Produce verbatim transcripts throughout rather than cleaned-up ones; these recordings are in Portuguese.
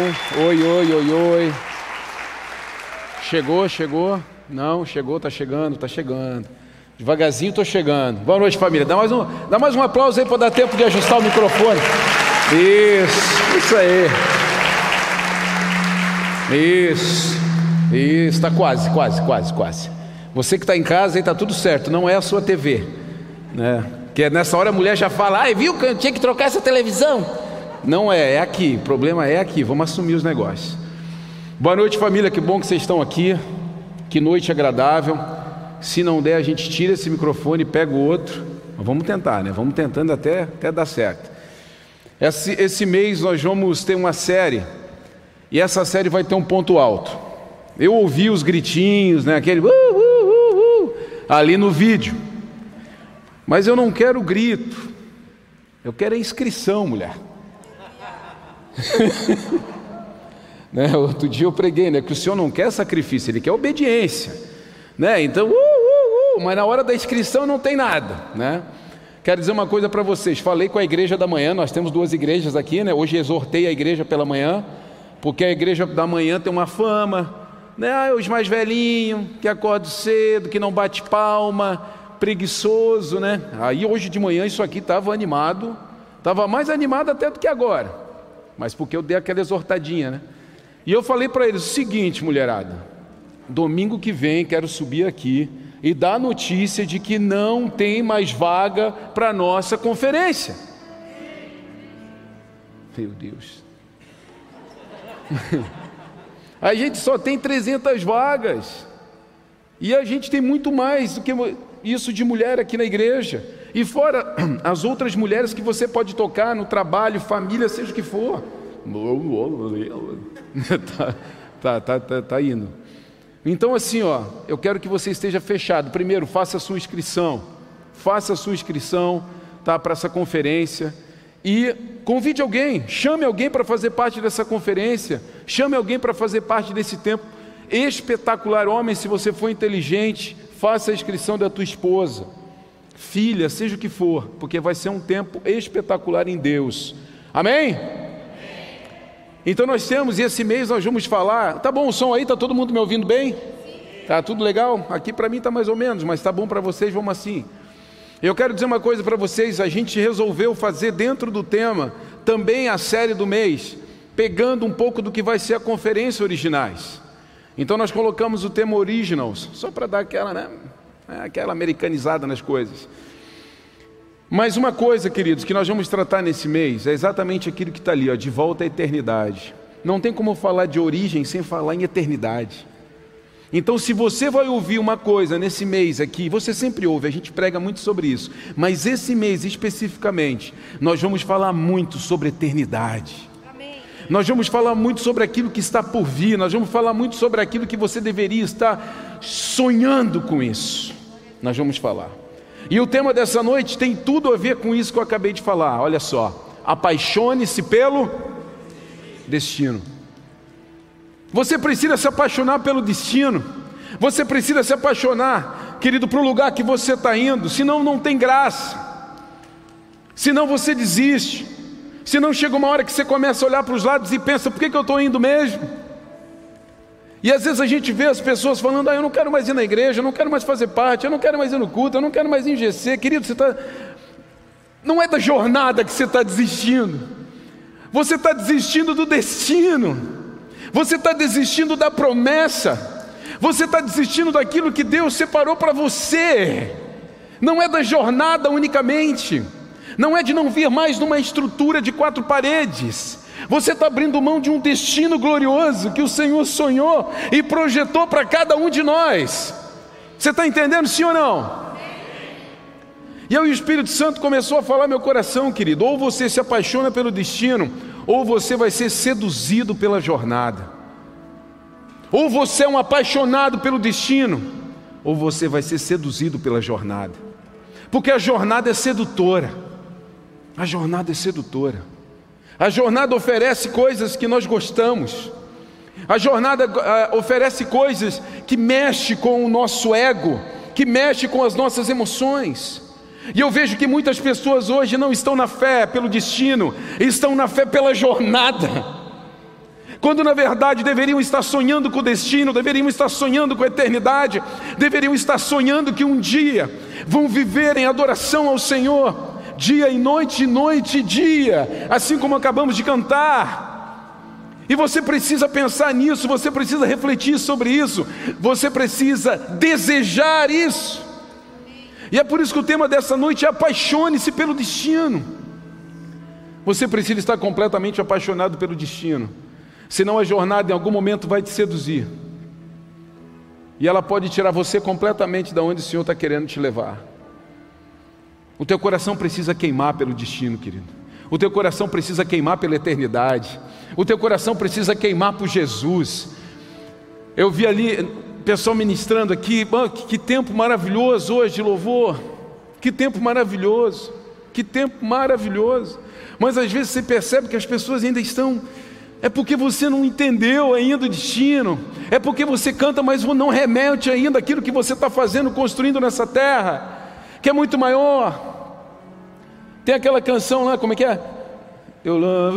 um. Oi, oi, oi, oi. Chegou, chegou? Não, chegou, tá chegando, tá chegando. Devagarzinho tô chegando. Boa noite, família. Dá mais um, dá mais um aplauso aí para dar tempo de ajustar o microfone. Isso, isso aí. Isso, isso, tá quase, quase, quase, quase. Você que está em casa aí tá tudo certo, não é a sua T V, né? Porque nessa hora a mulher já fala, ai, viu que eu tinha que trocar essa televisão? Não é, é aqui, o problema é aqui, vamos assumir os negócios. Boa noite, família, que bom que vocês estão aqui. Que noite agradável. Se não der, a gente tira esse microfone e pega o outro. Mas vamos tentar, né? Vamos tentando até, até dar certo. Esse, esse mês nós vamos ter uma série, e essa série vai ter um ponto alto. Eu ouvi os gritinhos, né? Aquele uh, uh, uh, uh, ali no vídeo. Mas eu não quero grito, eu quero a inscrição, mulher. Né? Outro dia eu preguei, né, que o Senhor não quer sacrifício, Ele quer obediência, né? Então, uh, uh, uh, mas na hora da inscrição não tem nada, né? Quero dizer uma coisa para vocês. Falei com a igreja da manhã, nós temos duas igrejas aqui, né? Hoje exortei a igreja pela manhã, porque a igreja da manhã tem uma fama, né? Ah, os mais velhinhos, que acordam cedo, que não bate palma, preguiçoso, né? Aí hoje de manhã isso aqui estava animado, estava mais animado até do que agora, mas porque eu dei aquela exortadinha, né? E eu falei para eles o seguinte, mulherada: domingo que vem quero subir aqui e dar a notícia de que não tem mais vaga para a nossa conferência. Meu Deus. A gente só tem trezentas vagas, e a gente tem muito mais do que isso de mulher aqui na igreja, e fora as outras mulheres que você pode tocar no trabalho, família, seja o que for. tá, tá, tá, tá, tá indo. Então assim, ó, eu quero que você esteja fechado. Primeiro, faça a sua inscrição, faça a sua inscrição, tá, para essa conferência, e convide alguém, chame alguém para fazer parte dessa conferência, chame alguém para fazer parte desse tempo espetacular. Homem, se você for inteligente, faça a inscrição da tua esposa, filha, seja o que for, porque vai ser um tempo espetacular em Deus. Amém? Então nós temos, e esse mês nós vamos falar. Tá bom o som aí? Tá todo mundo me ouvindo bem? Tá tudo legal? Aqui para mim tá mais ou menos, mas tá bom para vocês, vamos assim. Eu quero dizer uma coisa para vocês. A gente resolveu fazer dentro do tema também a série do mês, pegando um pouco do que vai ser a conferência Originais. Então nós colocamos o tema Originals, só para dar aquela, né, aquela americanizada nas coisas. Mas uma coisa, queridos, que nós vamos tratar nesse mês é exatamente aquilo que está ali, ó, de volta à eternidade. Não tem como falar de origem sem falar em eternidade. Então, se você vai ouvir uma coisa nesse mês aqui, você sempre ouve, a gente prega muito sobre isso, mas esse mês especificamente, nós vamos falar muito sobre eternidade. Amém. Nós vamos falar muito sobre aquilo que está por vir, nós vamos falar muito sobre aquilo que você deveria estar sonhando com isso. Nós vamos falar. E o tema dessa noite tem tudo a ver com isso que eu acabei de falar. Olha só, apaixone-se pelo destino. Você precisa se apaixonar pelo destino. Você precisa se apaixonar, querido, para o lugar que você está indo. Senão não tem graça. Senão você desiste. Senão chega uma hora que você começa a olhar para os lados e pensa: por que, que eu estou indo mesmo? E às vezes a gente vê as pessoas falando: ah, eu não quero mais ir na igreja, eu não quero mais fazer parte, eu não quero mais ir no culto, eu não quero mais ir em G C. Querido, você está... não é da jornada que você está desistindo. Você está desistindo do destino. Você está desistindo da promessa. Você está desistindo daquilo que Deus separou para você. Não é da jornada unicamente. Não é de não vir mais numa estrutura de quatro paredes. Você está abrindo mão de um destino glorioso que o Senhor sonhou e projetou para cada um de nós. Você está entendendo, sim ou não? E aí o Espírito Santo começou a falar no meu coração, querido: ou você se apaixona pelo destino, ou você vai ser seduzido pela jornada. Ou você é um apaixonado pelo destino, ou você vai ser seduzido pela jornada. Porque a jornada é sedutora. A jornada é sedutora. A jornada oferece coisas que nós gostamos. A jornada uh, oferece coisas que mexem com o nosso ego, que mexem com as nossas emoções. E eu vejo que muitas pessoas hoje não estão na fé pelo destino, estão na fé pela jornada. quando na verdade deveriam estar sonhando com o destino, deveriam estar sonhando com a eternidade, deveriam estar sonhando que um dia vão viver em adoração ao Senhor, dia e noite, noite e dia, assim como acabamos de cantar. E você precisa pensar nisso, você precisa refletir sobre isso, você precisa desejar isso. E é por isso que o tema dessa noite é apaixone-se pelo destino. Você precisa estar completamente apaixonado pelo destino, senão a jornada em algum momento vai te seduzir, e ela pode tirar você completamente de onde o Senhor está querendo te levar. O teu coração precisa queimar pelo destino, querido. O teu coração precisa queimar pela eternidade. O teu coração precisa queimar por Jesus. Eu vi ali pessoal ministrando aqui, oh, que, que tempo maravilhoso hoje de louvor. Que tempo maravilhoso. Que tempo maravilhoso. Mas às vezes você percebe que as pessoas ainda estão... É porque você não entendeu ainda o destino. É porque você canta, mas não remete ainda aquilo que você está fazendo, construindo nessa terra, que é muito maior. Tem aquela canção lá, como é que é? Eu louvo,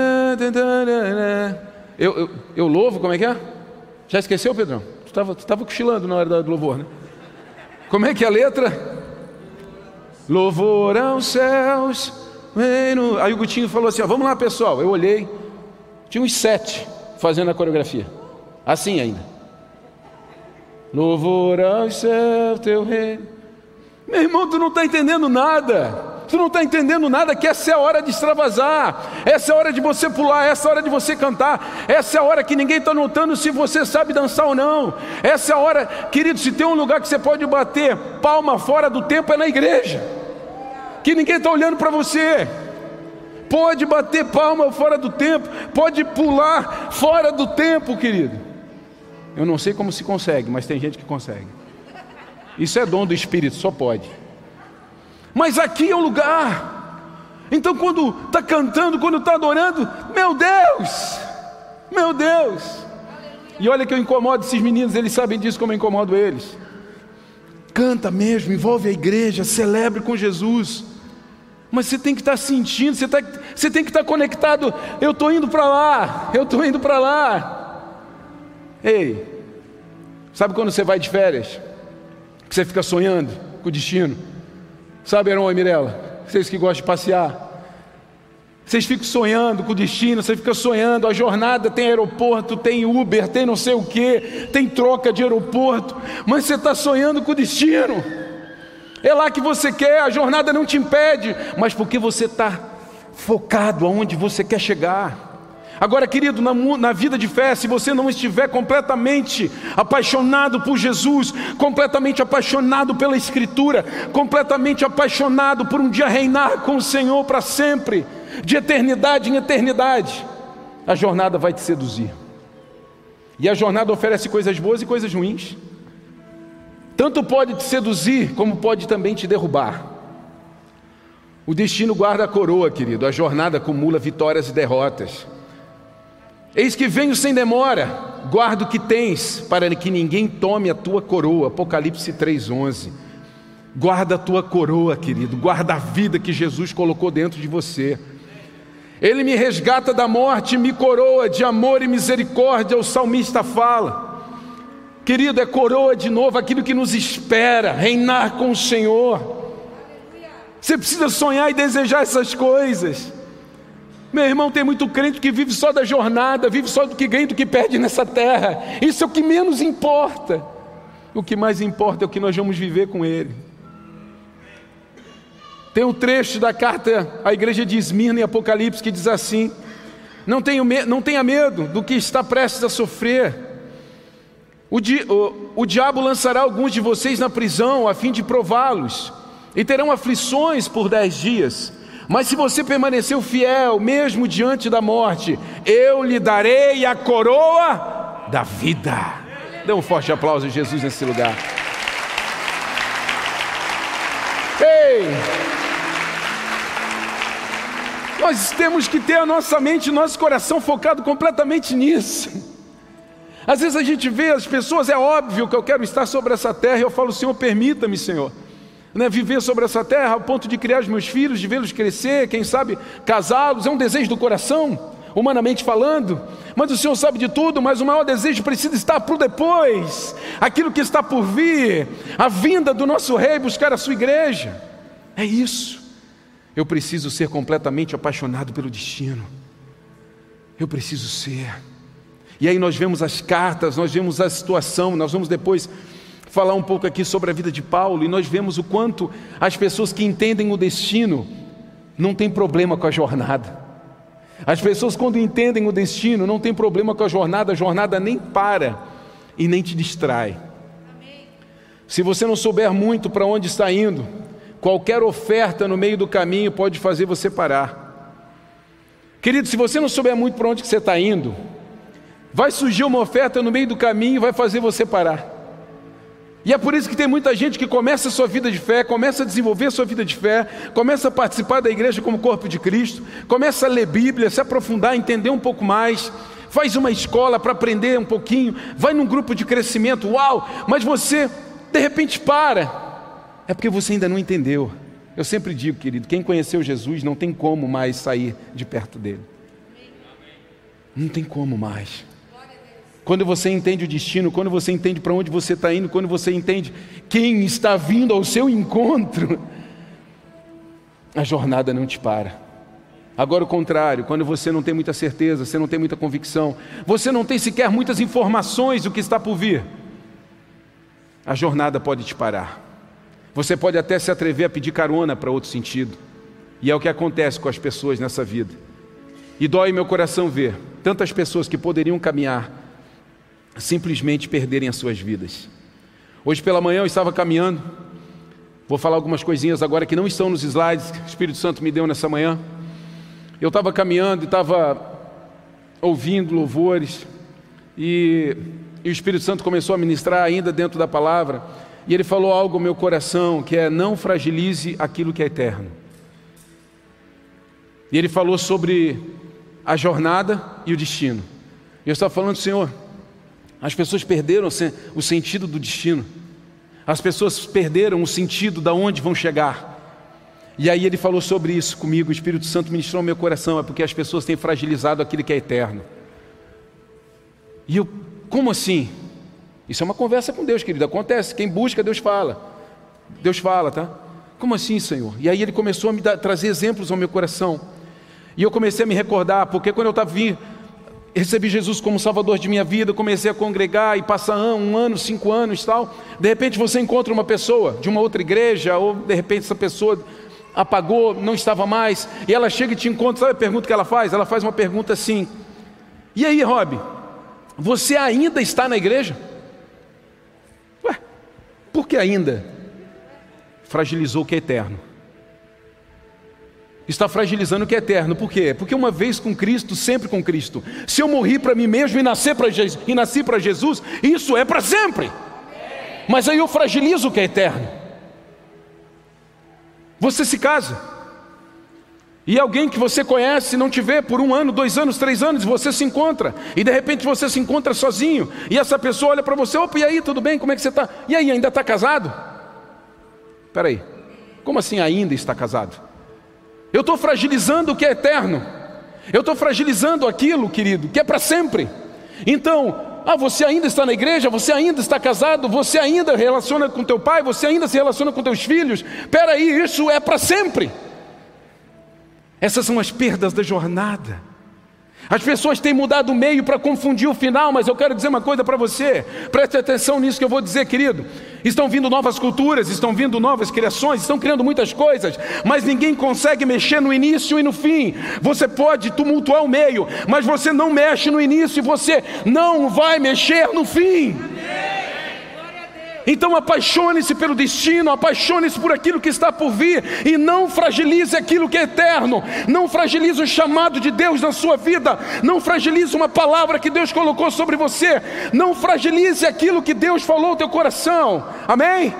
eu, eu, eu louvo, como é que é? Já esqueceu, Pedrão? Tu estava tu estava cochilando na hora do louvor, né? Como é que é a letra? Louvor aos céus, reino. Aí o Gutinho falou assim, ó, vamos lá pessoal. Eu olhei, tinha uns sete fazendo a coreografia, assim ainda. Louvor aos céus, teu reino. Meu irmão, tu não está entendendo nada. Tu não está entendendo nada, que essa é a hora de extravasar, essa é a hora de você pular, essa é a hora de você cantar, essa é a hora que ninguém está notando se você sabe dançar ou não. Essa é a hora, querido, se tem um lugar que você pode bater palma fora do tempo, é na igreja, que ninguém está olhando para você. Pode bater palma fora do tempo, pode pular fora do tempo, querido. Eu não sei como se consegue, mas tem gente que consegue. Isso é dom do Espírito, só pode. Mas aqui é o lugar. Então quando está cantando, quando está adorando, meu Deus, meu Deus. E olha que eu incomodo esses meninos, eles sabem disso como eu incomodo eles. Canta mesmo, envolve a igreja, celebre com Jesus. Mas você tem que estar sentindo, você, tá, você tem que estar conectado. Eu estou indo para lá, eu estou indo para lá. Ei, sabe quando você vai de férias, que você fica sonhando com o destino? Sabe, Heron e Mirella, vocês que gostam de passear, vocês ficam sonhando com o destino, você fica sonhando, a jornada tem aeroporto, tem Uber, tem não sei o que, tem troca de aeroporto, mas você está sonhando com o destino. É lá que você quer, a jornada não te impede, mas porque você está focado aonde você quer chegar. Agora, querido, na, na vida de fé, se você não estiver completamente apaixonado por Jesus, completamente apaixonado pela Escritura, completamente apaixonado por um dia reinar com o Senhor para sempre, de eternidade em eternidade, a jornada vai te seduzir. E a jornada oferece coisas boas e coisas ruins. Tanto pode te seduzir, como pode também te derrubar. O destino guarda a coroa, querido, a jornada acumula vitórias e derrotas. Eis que venho sem demora, guarda o que tens, para que ninguém tome a tua coroa. Apocalipse três, onze. Guarda a tua coroa, querido, guarda a vida que Jesus colocou dentro de você. Ele me resgata da morte, me coroa de amor e misericórdia, o salmista fala. Querido, é coroa de novo aquilo que nos espera, reinar com o Senhor. Você precisa sonhar e desejar essas coisas. Meu irmão, tem muito crente que vive só da jornada, vive só do que ganha e do que perde nessa terra. Isso é o que menos importa. O que mais importa é o que nós vamos viver com Ele. Tem um trecho da carta à igreja de Esmirna em Apocalipse que diz assim: não, tenho me- não tenha medo do que está prestes a sofrer. O, di- o, o diabo lançará alguns de vocês na prisão a fim de prová-los, e terão aflições por dez dias. Mas se você permaneceu fiel, mesmo diante da morte, eu lhe darei a coroa da vida. Dê um forte aplauso a Jesus nesse lugar. Ei! Nós temos que ter a nossa mente e nosso coração focado completamente nisso. Às vezes a gente vê as pessoas, é óbvio que eu quero estar sobre essa terra, e eu falo, Senhor, permita-me, Senhor, né, viver sobre essa terra, ao ponto de criar os meus filhos, de vê-los crescer, quem sabe casá-los, é um desejo do coração. humanamente falando, mas o Senhor sabe de tudo. Mas o maior desejo precisa estar para o depois, aquilo que está por vir, a vinda do nosso Rei buscar a sua igreja. É isso. Eu preciso ser completamente apaixonado pelo destino. Eu preciso ser. E aí nós vemos as cartas, nós vemos a situação, nós vamos depois falar um pouco aqui sobre a vida de Paulo, e nós vemos o quanto as pessoas que entendem o destino não tem problema com a jornada. As pessoas, quando entendem o destino, não tem problema com a jornada. A jornada nem para e nem te distrai. Se você não souber muito para onde está indo, qualquer oferta no meio do caminho pode fazer você parar. Querido, se você não souber muito para onde que você está indo, vai surgir uma oferta no meio do caminho e vai fazer você parar. E é por isso que tem muita gente que começa a sua vida de fé, começa a desenvolver a sua vida de fé, começa a participar da igreja como corpo de Cristo, começa a ler Bíblia, se aprofundar, entender um pouco mais, faz uma escola para aprender um pouquinho, vai num grupo de crescimento, uau, mas você de repente para. É porque você ainda não entendeu. Eu sempre digo, querido, quem conheceu Jesus não tem como mais sair de perto dele. Não tem como mais. Quando você entende o destino, quando você entende para onde você está indo, quando você entende quem está vindo ao seu encontro, a jornada não te para. Agora o contrário, quando você não tem muita certeza, você não tem muita convicção, você não tem sequer muitas informações do que está por vir, a jornada pode te parar. Você pode até se atrever a pedir carona para outro sentido. E é o que acontece com as pessoas nessa vida. E dói meu coração ver tantas pessoas que poderiam caminhar, simplesmente perderem as suas vidas. Hoje pela manhã eu estava caminhando, vou falar algumas coisinhas agora que não estão nos slides, que o Espírito Santo me deu nessa manhã. Eu estava caminhando e estava ouvindo louvores, e, e o Espírito Santo começou a ministrar ainda dentro da palavra, e ele falou algo ao meu coração, que é: não fragilize aquilo que é eterno. E ele falou sobre a jornada e o destino. E eu estava falando: Senhor, as pessoas perderam o sentido do destino. As pessoas perderam o sentido de onde vão chegar. E aí ele falou sobre isso comigo. O Espírito Santo ministrou no meu coração. É porque as pessoas têm fragilizado aquilo que é eterno. E eu, como assim? Isso é uma conversa com Deus, querido. Acontece, quem busca, Deus fala. Deus fala, tá? Como assim, Senhor? E aí ele começou a me dar, trazer exemplos ao meu coração. E eu comecei a me recordar, porque quando eu estava vindo, recebi Jesus como Salvador de minha vida, comecei a congregar e passa um ano, cinco anos e tal. De repente você encontra uma pessoa de uma outra igreja, ou de repente essa pessoa apagou, não estava mais, e ela chega e te encontra. Sabe a pergunta que ela faz? Ela faz uma pergunta assim: e aí, Rob, você ainda está na igreja? Ué, por que ainda? Fragilizou o que é eterno. Está fragilizando o que é eterno. Por quê? Porque uma vez com Cristo, sempre com Cristo. Se eu morri para mim mesmo e nasci para Jesus, e nasci para Jesus, isso é para sempre. Mas aí eu fragilizo o que é eterno. Você se casa, e alguém que você conhece não te vê por um ano, dois anos, três anos, você se encontra, e de repente você se encontra sozinho, e essa pessoa olha para você: opa, e aí, tudo bem? Como é que você está? E aí, ainda está casado? Espera aí, como assim ainda está casado? Eu estou fragilizando o que é eterno. Eu estou fragilizando aquilo, querido, que é para sempre. Então, ah, você ainda está na igreja, você ainda está casado, você ainda relaciona com teu pai, você ainda se relaciona com teus filhos. Espera aí, isso é para sempre. Essas são as perdas da jornada. As pessoas têm mudado o meio para confundir o final, mas eu quero dizer uma coisa para você. Preste atenção nisso que eu vou dizer, querido. Estão vindo novas culturas, estão vindo novas criações, estão criando muitas coisas, mas ninguém consegue mexer no início e no fim. Você pode tumultuar o meio, mas você não mexe no início e você não vai mexer no fim. Então apaixone-se pelo destino, apaixone-se por aquilo que está por vir, e não fragilize aquilo que é eterno. Não fragilize o chamado de Deus na sua vida, não fragilize uma palavra que Deus colocou sobre você, não fragilize aquilo que Deus falou no teu coração. Amém?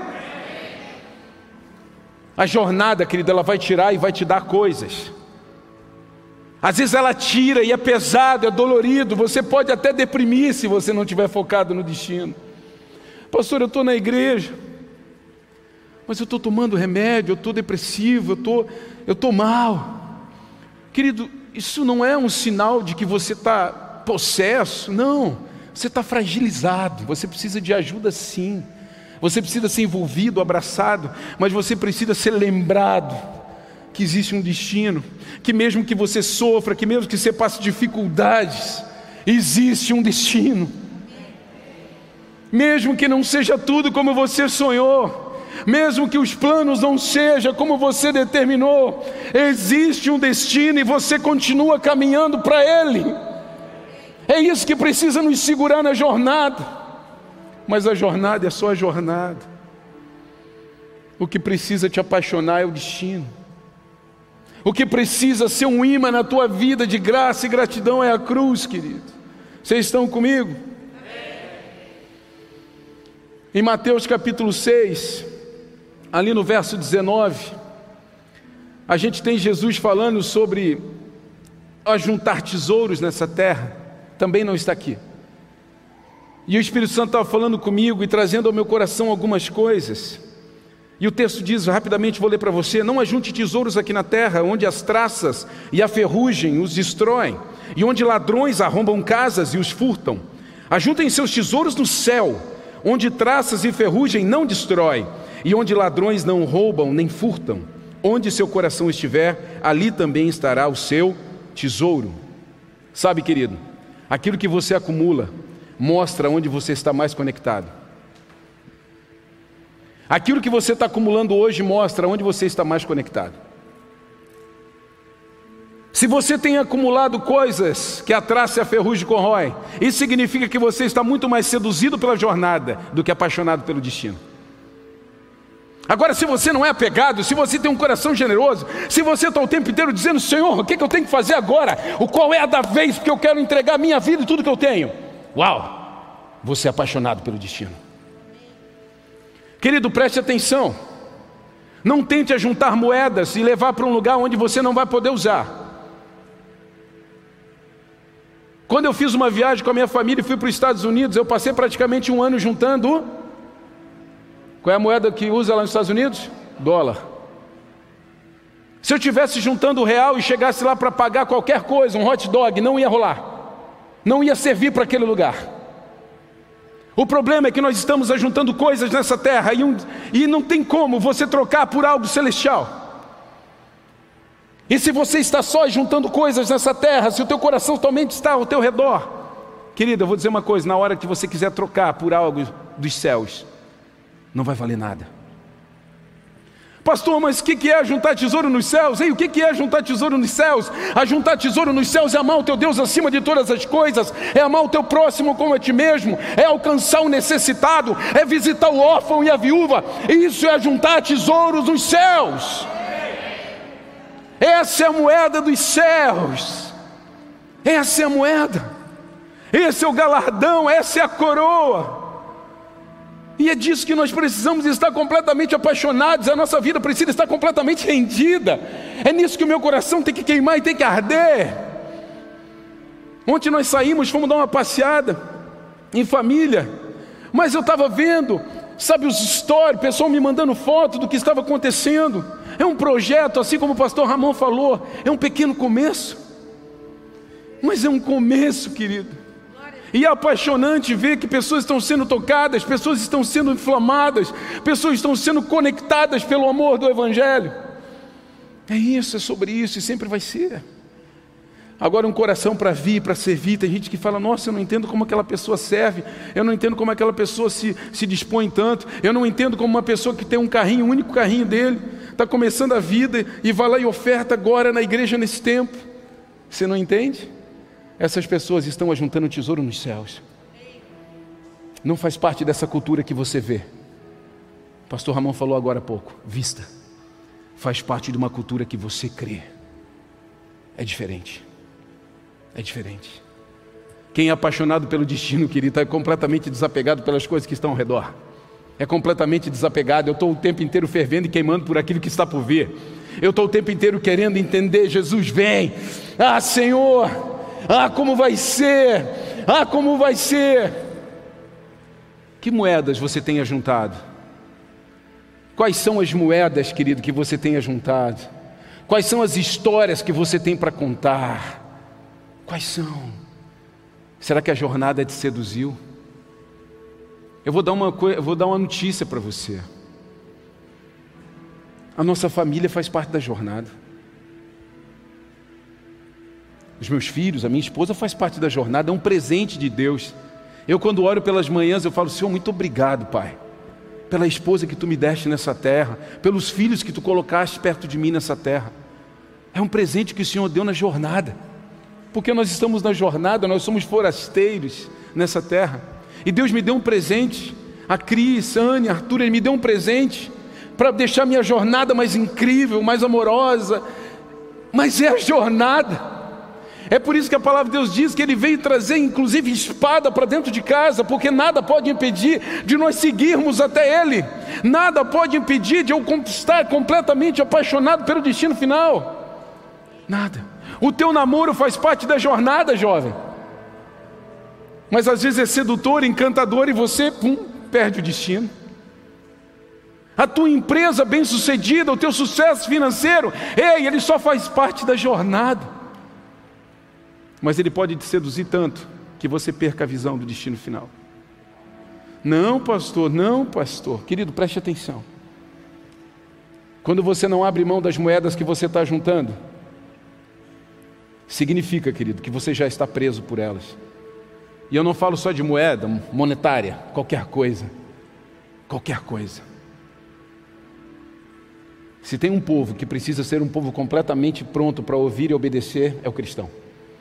A jornada, querida, ela vai tirar e vai te dar coisas. Às vezes ela tira e é pesado, é dolorido, você pode até deprimir se você não estiver focado no destino. Pastor, eu estou na igreja, mas eu estou tomando remédio, eu estou depressivo, eu estou eu estou mal. Querido, isso não é um sinal de que você está possesso, não. Você está fragilizado, você precisa de ajuda sim. Você precisa ser envolvido, abraçado, mas você precisa ser lembrado que existe um destino, que mesmo que você sofra, que mesmo que você passe dificuldades, existe um destino. Mesmo que não seja tudo como você sonhou, mesmo que os planos não sejam como você determinou, existe um destino e você continua caminhando para ele. É isso que precisa nos segurar na jornada. Mas a jornada é só a jornada. O que precisa te apaixonar é o destino. O que precisa ser um imã na tua vida de graça e gratidão é a cruz, querido. Vocês estão comigo? Em Mateus capítulo seis, ali no verso dezenove, a gente tem Jesus falando sobre ajuntar tesouros nessa terra. Também não está aqui. E o Espírito Santo estava falando comigo e trazendo ao meu coração algumas coisas. E o texto diz, rapidamente vou ler para você: não ajunte tesouros aqui na terra, onde as traças e a ferrugem os destroem, e onde ladrões arrombam casas e os furtam. Ajuntem seus tesouros no céu, onde traças e ferrugem não destroem, e onde ladrões não roubam nem furtam. Onde seu coração estiver, ali também estará o seu tesouro. Sabe, querido, aquilo que você acumula mostra onde você está mais conectado. Aquilo que você está acumulando hoje mostra onde você está mais conectado. Se você tem acumulado coisas que a traça e a ferrugem corrói, isso significa que você está muito mais seduzido pela jornada do que apaixonado pelo destino. Agora, se você não é apegado, se você tem um coração generoso, se você está o tempo inteiro dizendo: Senhor, o que, que eu tenho que fazer agora? O qual é a da vez, porque eu quero entregar a minha vida e tudo que eu tenho. Uau! Você é apaixonado pelo destino. Querido, preste atenção. Não tente ajuntar moedas e levar para um lugar onde você não vai poder usar. Quando eu fiz uma viagem com a minha família e fui para os Estados Unidos, eu passei praticamente um ano juntando... Qual é a moeda que usa lá nos Estados Unidos? Dólar. Se eu estivesse juntando o real e chegasse lá para pagar qualquer coisa, um hot dog, não ia rolar. Não ia servir para aquele lugar. O problema é que nós estamos ajuntando coisas nessa terra e, um, e não tem como você trocar por algo celestial. E se você está só juntando coisas nessa terra, se o teu coração somente está ao teu redor, querida, eu vou dizer uma coisa: na hora que você quiser trocar por algo dos céus, não vai valer nada. Pastor, mas o que é juntar tesouro nos céus? Ei, o que é juntar tesouro nos céus? A juntar tesouro nos céus é amar o teu Deus acima de todas as coisas, é amar o teu próximo como a ti mesmo, é alcançar o necessitado, é visitar o órfão e a viúva. Isso é juntar tesouros nos céus. Essa é a moeda dos céus. Essa é a moeda. Esse é o galardão, essa é a coroa. E é disso que nós precisamos estar completamente apaixonados. A nossa vida precisa estar completamente rendida. É nisso que o meu coração tem que queimar e tem que arder. Ontem nós saímos, fomos dar uma passeada em família, mas eu estava vendo, sabe, os stories, o pessoal me mandando foto do que estava acontecendo. É um projeto, assim como o pastor Ramon falou, é um pequeno começo, mas é um começo, querido. E é apaixonante ver que pessoas estão sendo tocadas, pessoas estão sendo inflamadas, pessoas estão sendo conectadas pelo amor do Evangelho. É isso, é sobre isso, e sempre vai ser. Agora, um coração para vir, para servir. Tem gente que fala: nossa, eu não entendo como aquela pessoa serve, eu não entendo como aquela pessoa se, se dispõe tanto, eu não entendo como uma pessoa que tem um carrinho, o único carrinho dele, está começando a vida e vai lá e oferta agora na igreja nesse tempo. Você não entende? Essas pessoas estão ajuntando tesouro nos céus. Não faz parte dessa cultura que você vê. O pastor Ramon falou agora há pouco: vista. Faz parte de uma cultura que você crê. É diferente. É diferente. Quem é apaixonado pelo destino, querido, está completamente desapegado pelas coisas que estão ao redor. É completamente desapegado. Eu estou o tempo inteiro fervendo e queimando por aquilo que está por vir. Eu estou o tempo inteiro querendo entender. Jesus, vem. Ah, Senhor. Ah, como vai ser? Ah, como vai ser? Que moedas você tem ajuntado? Quais são as moedas, querido, que você tem ajuntado? Quais são as histórias que você tem para contar? Quais são? Será que a jornada te seduziu? Eu vou dar uma, eu vou dar uma notícia para você. A nossa família faz parte da jornada. Os meus filhos, a minha esposa faz parte da jornada, é um presente de Deus. Eu, quando oro pelas manhãs, eu falo: Senhor, muito obrigado, Pai, pela esposa que Tu me deste nessa terra, pelos filhos que Tu colocaste perto de mim nessa terra. É um presente que o Senhor deu na jornada, porque nós estamos na jornada, nós somos forasteiros nessa terra, e Deus me deu um presente. A Cris, Anne, Arthur, Ele me deu um presente para deixar minha jornada mais incrível, mais amorosa, mas é a jornada. É por isso que a palavra de Deus diz que Ele veio trazer inclusive espada para dentro de casa, porque nada pode impedir de nós seguirmos até Ele, nada pode impedir de eu estar completamente apaixonado pelo destino final, nada. O teu namoro faz parte da jornada, jovem, mas às vezes é sedutor, encantador, e você pum, perde o destino. A tua empresa bem-sucedida, o teu sucesso financeiro, ei, ele só faz parte da jornada. Mas ele pode te seduzir tanto que você perca a visão do destino final. Não, pastor, não, pastor. Querido, preste atenção. Quando você não abre mão das moedas que você está juntando, significa, querido, que você já está preso por elas. E eu não falo só de moeda monetária, qualquer coisa. Qualquer coisa. Se tem um povo que precisa ser um povo completamente pronto para ouvir e obedecer, é o cristão.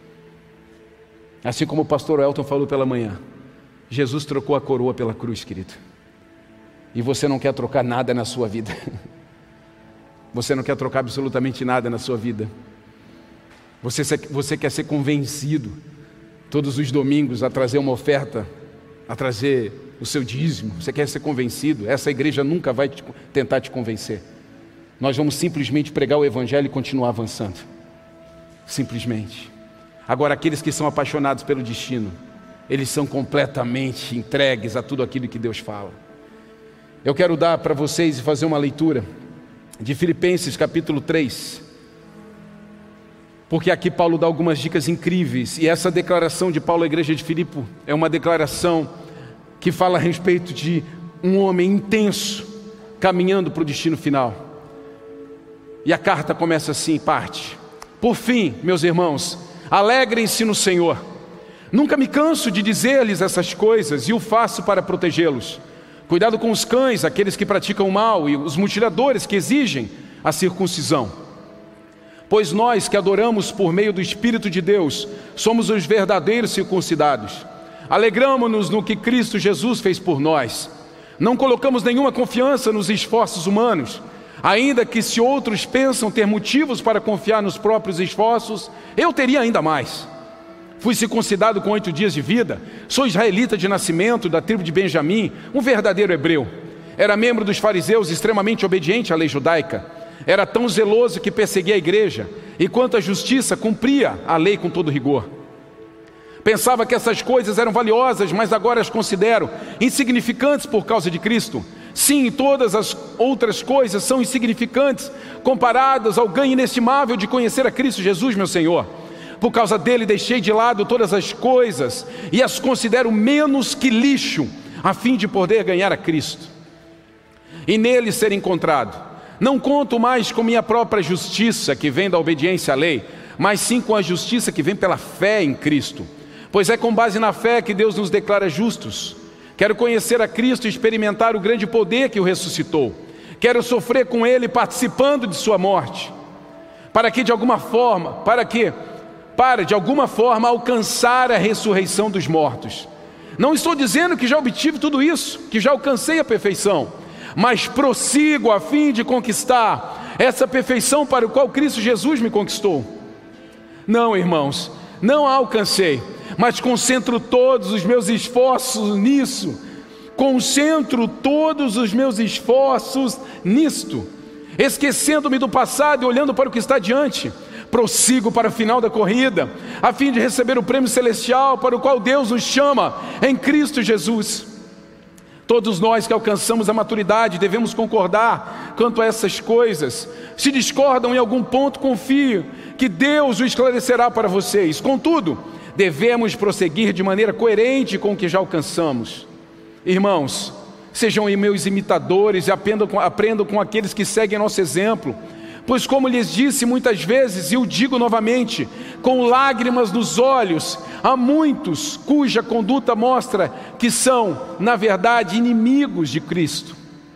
Assim como o pastor Elton falou pela manhã, Jesus trocou a coroa pela cruz, querido. E você não quer trocar nada na sua vida. Você não quer trocar absolutamente nada na sua vida. Você, você quer ser convencido todos os domingos a trazer uma oferta, a trazer o seu dízimo. Você quer ser convencido. Essa igreja nunca vai te, tentar te convencer. Nós vamos simplesmente pregar o evangelho e continuar avançando. Simplesmente. Agora, aqueles que são apaixonados pelo destino, eles são completamente entregues a tudo aquilo que Deus fala. Eu quero dar para vocês e fazer uma leitura de Filipenses capítulo três, porque aqui Paulo dá algumas dicas incríveis, e essa declaração de Paulo à igreja de Filipe é uma declaração que fala a respeito de um homem intenso, caminhando para o destino final. E a carta começa assim, parte: por fim, meus irmãos, alegrem-se no Senhor. Nunca me canso de dizer-lhes essas coisas, e o faço para protegê-los. Cuidado com os cães, aqueles que praticam o mal, e os mutiladores que exigem a circuncisão. Pois nós que adoramos por meio do Espírito de Deus, somos os verdadeiros circuncidados. Alegramo-nos no que Cristo Jesus fez por nós. Não colocamos nenhuma confiança nos esforços humanos, ainda que se outros pensam ter motivos para confiar nos próprios esforços, eu teria ainda mais. Fui circuncidado com oito dias de vida, sou israelita de nascimento, da tribo de Benjamim, um verdadeiro hebreu. Era membro dos fariseus, extremamente obediente à lei judaica. Era tão zeloso que perseguia a igreja, e quanto à justiça, cumpria a lei com todo rigor. Pensava que essas coisas eram valiosas, mas agora as considero insignificantes por causa de Cristo. Sim, todas as outras coisas são insignificantes comparadas ao ganho inestimável de conhecer a Cristo Jesus, meu Senhor. Por causa dele deixei de lado todas as coisas e as considero menos que lixo, a fim de poder ganhar a Cristo e nele ser encontrado. Não conto mais com minha própria justiça, que vem da obediência à lei, mas sim com a justiça que vem pela fé em Cristo. Pois é com base na fé que Deus nos declara justos. Quero conhecer a Cristo e experimentar o grande poder que o ressuscitou. Quero sofrer com Ele, participando de sua morte, para que de alguma forma, para que, para de alguma forma alcançar a ressurreição dos mortos. Não estou dizendo que já obtive tudo isso, que já alcancei a perfeição, mas prossigo a fim de conquistar essa perfeição para o qual Cristo Jesus me conquistou. Não, irmãos, não a alcancei, mas concentro todos os meus esforços nisso, concentro todos os meus esforços nisto, esquecendo-me do passado e olhando para o que está diante, prossigo para o final da corrida, a fim de receber o prêmio celestial para o qual Deus nos chama em Cristo Jesus. Todos nós que alcançamos a maturidade devemos concordar quanto a essas coisas. Se discordam em algum ponto, confio que Deus o esclarecerá para vocês. Contudo, devemos prosseguir de maneira coerente com o que já alcançamos. Irmãos, sejam meus imitadores e aprendam com, aprendam com aqueles que seguem nosso exemplo. Pois como lhes disse muitas vezes, e o digo novamente, com lágrimas nos olhos, há muitos cuja conduta mostra que são, na verdade, inimigos de Cristo.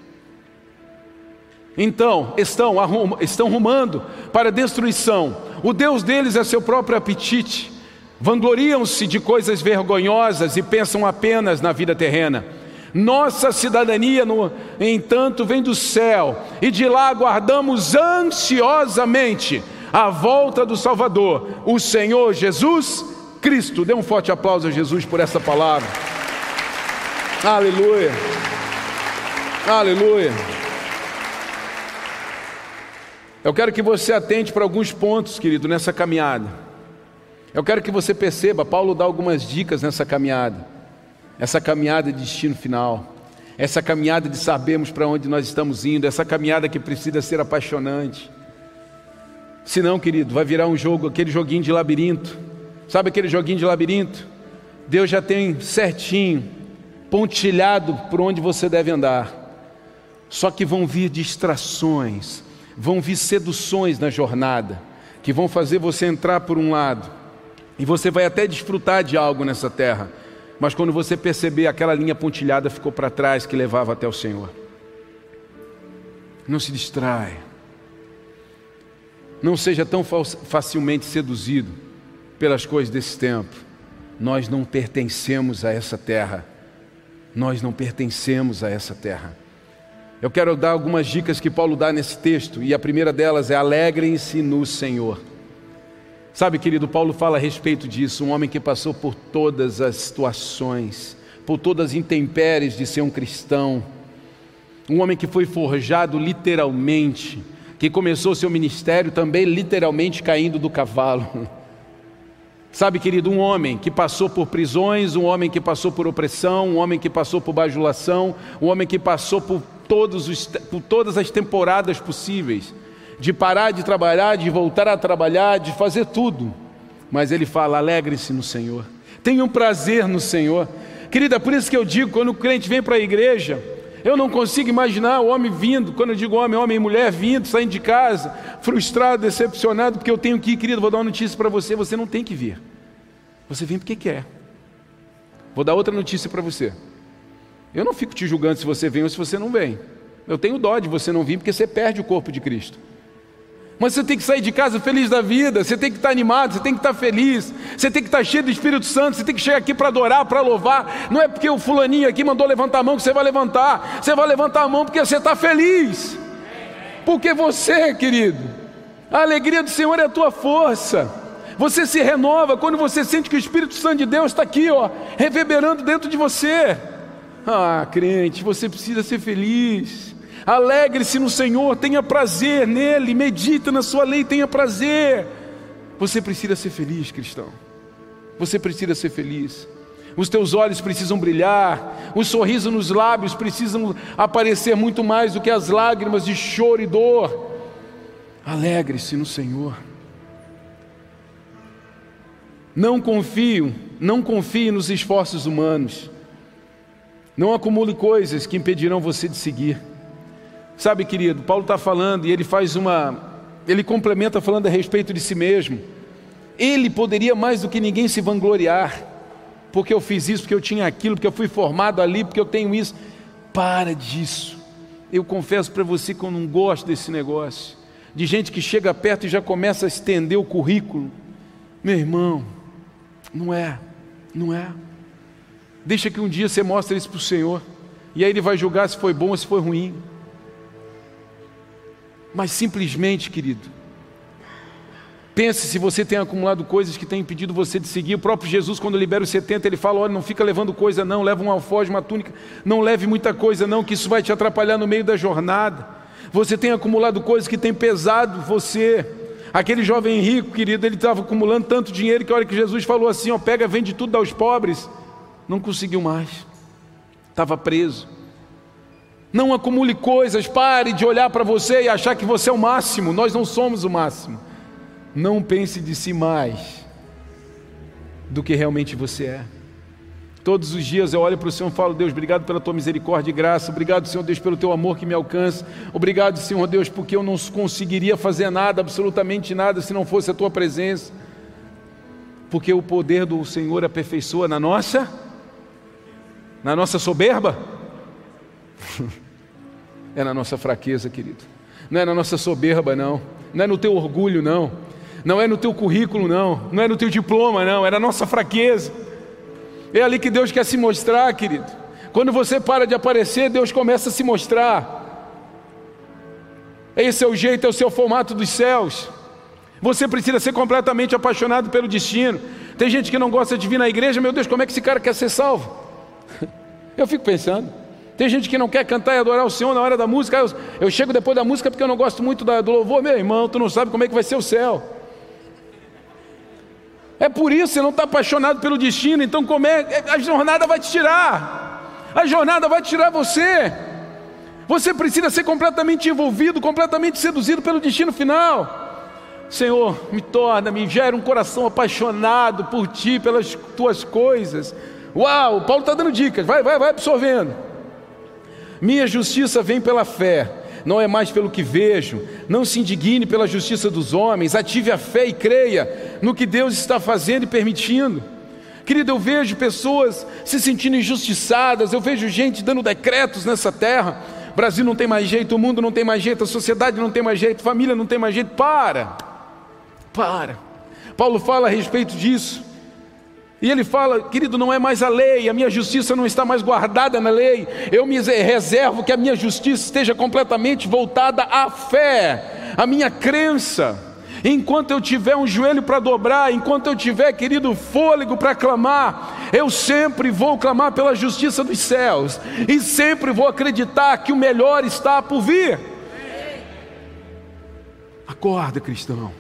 Então, estão, arrum, estão rumando para a destruição. O Deus deles é seu próprio apetite. Vangloriam-se de coisas vergonhosas e pensam apenas na vida terrena. Nossa cidadania, no entanto, vem do céu, e de lá aguardamos ansiosamente a volta do Salvador, o Senhor Jesus Cristo. Dê um forte aplauso a Jesus por essa palavra. Aleluia, aleluia. Eu quero que você atente para alguns pontos, querido, nessa caminhada. Eu quero que você perceba, Paulo dá algumas dicas nessa caminhada. Essa caminhada de destino final, essa caminhada de sabermos para onde nós estamos indo, essa caminhada que precisa ser apaixonante. Senão, querido, vai virar um jogo, aquele joguinho de labirinto. Sabe aquele joguinho de labirinto? Deus já tem certinho, pontilhado por onde você deve andar. Só que vão vir distrações, vão vir seduções na jornada, que vão fazer você entrar por um lado, e você vai até desfrutar de algo nessa terra. Mas quando você perceber, aquela linha pontilhada ficou para trás que levava até o Senhor. Não se distraia. Não seja tão facilmente seduzido pelas coisas desse tempo. Nós não pertencemos a essa terra. Nós não pertencemos a essa terra. Eu quero dar algumas dicas que Paulo dá nesse texto. E a primeira delas é: alegrem-se no Senhor. Sabe, querido, Paulo fala a respeito disso, um homem que passou por todas as situações, por todas as intempéries de ser um cristão, um homem que foi forjado literalmente, que começou seu ministério também literalmente caindo do cavalo. Sabe, querido, um homem que passou por prisões, um homem que passou por opressão, um homem que passou por bajulação, um homem que passou por, todos os, por todas as temporadas possíveis, de parar de trabalhar, de voltar a trabalhar, de fazer tudo. Mas ele fala: alegre-se no Senhor, tenha um prazer no Senhor. Querida, por isso que eu digo, quando o crente vem para a igreja, eu não consigo imaginar o homem vindo, quando eu digo homem, homem e mulher vindo, saindo de casa, frustrado, decepcionado, porque eu tenho que ir. Querido, vou dar uma notícia para você: você não tem que vir, você vem porque quer. Vou dar outra notícia para você: eu não fico te julgando se você vem ou se você não vem. Eu tenho dó de você não vir, porque você perde o corpo de Cristo. Mas você tem que sair de casa feliz da vida, você tem que estar animado, você tem que estar feliz, você tem que estar cheio do Espírito Santo, você tem que chegar aqui para adorar, para louvar. Não é porque o fulaninho aqui mandou levantar a mão que você vai levantar, você vai levantar a mão porque você está feliz. Porque você, querido, a alegria do Senhor é a tua força. Você se renova quando você sente que o Espírito Santo de Deus está aqui, ó, reverberando dentro de você. Ah, crente, você precisa ser feliz. Alegre-se no Senhor, tenha prazer nele, medita na sua lei, tenha prazer. Você precisa ser feliz, cristão. Você precisa ser feliz. Os teus olhos precisam brilhar, o sorriso nos lábios precisam aparecer muito mais do que as lágrimas de choro e dor. Alegre-se no Senhor. Não confie, não confie nos esforços humanos. Não acumule coisas que impedirão você de seguir. Sabe, querido, Paulo está falando e ele faz uma, ele complementa falando a respeito de si mesmo. Ele poderia mais do que ninguém se vangloriar, porque eu fiz isso, porque eu tinha aquilo, porque eu fui formado ali, porque eu tenho isso. Para disso. Eu confesso para você que eu não gosto desse negócio, de gente que chega perto e já começa a estender o currículo. Meu irmão, não é, não é. Deixa que um dia você mostre isso para o Senhor, e aí Ele vai julgar se foi bom ou se foi ruim. Mas simplesmente, querido, pense se você tem acumulado coisas que têm impedido você de seguir. O próprio Jesus, quando libera os setenta, ele fala: olha, não fica levando coisa não, leva um alforje, uma túnica, não leve muita coisa não, que isso vai te atrapalhar no meio da jornada. Você tem acumulado coisas que têm pesado você. Aquele jovem rico, querido, ele estava acumulando tanto dinheiro que a hora que Jesus falou assim, ó, pega, vende tudo, dá aos pobres, não conseguiu mais, estava preso. Não acumule coisas, pare de olhar para você e achar que você é o máximo. Nós não somos o máximo. Não pense de si mais do que realmente você é. Todos os dias eu olho para o Senhor e falo: Deus, obrigado pela tua misericórdia e graça, obrigado, Senhor Deus, pelo teu amor que me alcança, obrigado, Senhor Deus, porque eu não conseguiria fazer nada, absolutamente nada, se não fosse a tua presença, porque o poder do Senhor aperfeiçoa na nossa, na nossa soberba, é na nossa fraqueza, querido, não é na nossa soberba, não, não é no teu orgulho, não, não é no teu currículo, não, não é no teu diploma, não, é na nossa fraqueza. É ali que Deus quer se mostrar, querido. Quando você para de aparecer, Deus começa a se mostrar. Esse é o jeito, é o seu formato dos céus. Você precisa ser completamente apaixonado pelo destino. Tem gente que não gosta de vir na igreja. Meu Deus, como é que esse cara quer ser salvo? Eu fico pensando. Tem gente que não quer cantar e adorar o Senhor na hora da música. Eu, eu chego depois da música porque eu não gosto muito da, do louvor. Meu irmão, tu não sabe como é que vai ser o céu. É por isso que você não está apaixonado pelo destino. Então como é? A jornada vai te tirar. A jornada vai tirar você. Você precisa ser completamente envolvido, completamente seduzido pelo destino final. Senhor, me torna, me gera um coração apaixonado por Ti, pelas Tuas coisas. Uau, Paulo está dando dicas. Vai, vai, vai absorvendo. Minha justiça vem pela fé. Não é mais pelo que vejo. Não se indigne pela justiça dos homens. Ative a fé e creia no que Deus está fazendo e permitindo. Querido, eu vejo pessoas se sentindo injustiçadas. Eu vejo gente dando decretos nessa terra. O Brasil não tem mais jeito, o mundo não tem mais jeito, a sociedade não tem mais jeito, a família não tem mais jeito. Para, para. Paulo fala a respeito disso. E ele fala: querido, não é mais a lei, a minha justiça não está mais guardada na lei. Eu me reservo que a minha justiça esteja completamente voltada à fé, à minha crença. Enquanto eu tiver um joelho para dobrar, enquanto eu tiver, querido, fôlego para clamar, eu sempre vou clamar pela justiça dos céus. E sempre vou acreditar que o melhor está por vir. Acorda, cristão.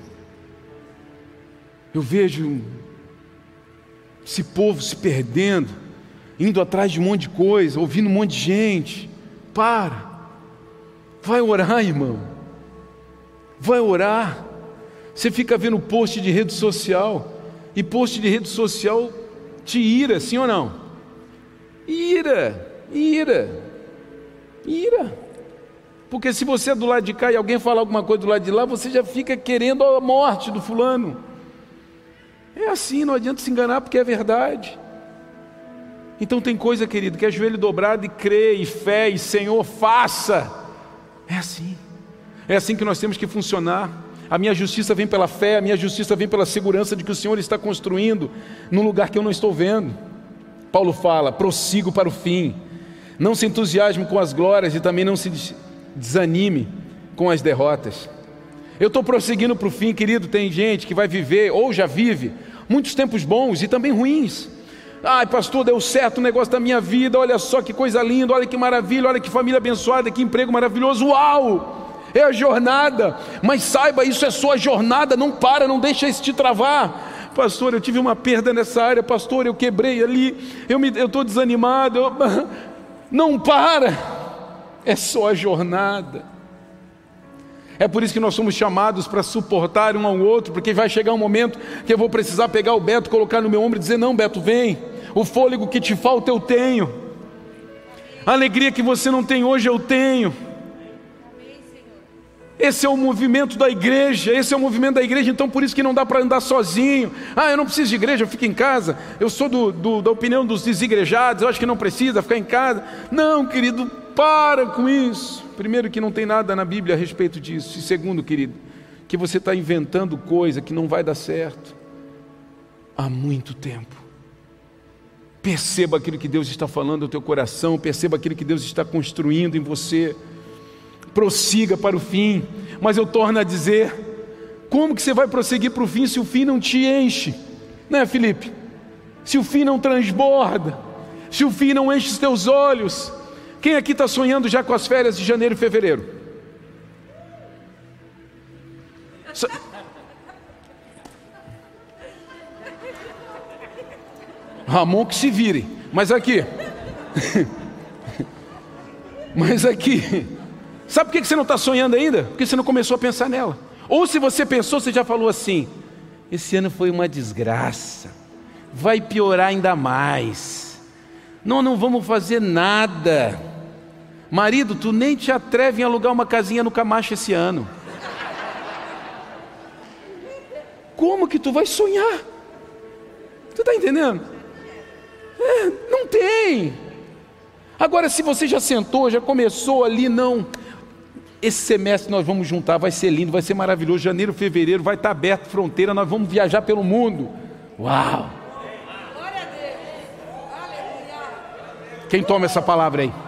Eu vejo esse povo se perdendo, indo atrás de um monte de coisa, ouvindo um monte de gente. Para, vai orar, irmão, vai orar. Você fica vendo post de rede social, e post de rede social te ira, sim ou não? Ira, ira, ira. Porque se você é do lado de cá e alguém falar alguma coisa do lado de lá, você já fica querendo a morte do fulano. É assim, não adianta se enganar, porque é verdade. Então tem coisa, querido, que é joelho dobrado e crê, e fé, e Senhor, faça. É assim. É assim que nós temos que funcionar. A minha justiça vem pela fé, a minha justiça vem pela segurança de que o Senhor está construindo num lugar que eu não estou vendo. Paulo fala: prossigo para o fim. Não se entusiasme com as glórias e também não se desanime com as derrotas. Eu estou prosseguindo para o fim, querido. Tem gente que vai viver, ou já vive, muitos tempos bons e também ruins. Ai, pastor, deu certo o negócio da minha vida, olha só que coisa linda, olha que maravilha, olha que família abençoada, que emprego maravilhoso, uau! É a jornada, mas saiba, isso é só a jornada, não para, não deixa isso te travar. Pastor, eu tive uma perda nessa área, pastor, eu quebrei ali, eu estou desanimado, eu... não para, é só a jornada. É por isso que nós somos chamados para suportar um ao outro, porque vai chegar um momento que eu vou precisar pegar o Beto, colocar no meu ombro e dizer: não, Beto, vem, o fôlego que te falta eu tenho, a alegria que você não tem hoje eu tenho. Esse é o movimento da igreja, esse é o movimento da igreja, então por isso que não dá para andar sozinho. Ah, eu não preciso de igreja, eu fico em casa. Eu sou do, do, da opinião dos desigrejados, eu acho que não precisa ficar em casa. Não, querido, para com isso. Primeiro, que não tem nada na Bíblia a respeito disso. E segundo, querido, que você está inventando coisa que não vai dar certo há muito tempo. Perceba aquilo que Deus está falando no teu coração, perceba aquilo que Deus está construindo em você. Prossiga para o fim. Mas eu torno a dizer: como que você vai prosseguir para o fim se o fim não te enche? Né, Felipe? Se o fim não transborda, se o fim não enche os teus olhos. Quem aqui está sonhando já com as férias de janeiro e fevereiro? So... Ramon que se vire. Mas aqui Mas aqui, sabe por que você não está sonhando ainda? Porque você não começou a pensar nela. Ou se você pensou, você já falou assim: esse ano foi uma desgraça, vai piorar ainda mais, não, não vamos fazer nada. Marido, tu nem te atreve em alugar uma casinha no Camacho esse ano. Como que tu vai sonhar? Tu está entendendo? É, não tem. Agora, se você já sentou, já começou ali, não, esse semestre nós vamos juntar, vai ser lindo, vai ser maravilhoso, janeiro, fevereiro, vai estar aberto fronteira, nós vamos viajar pelo mundo. Uau! Quem toma essa palavra aí?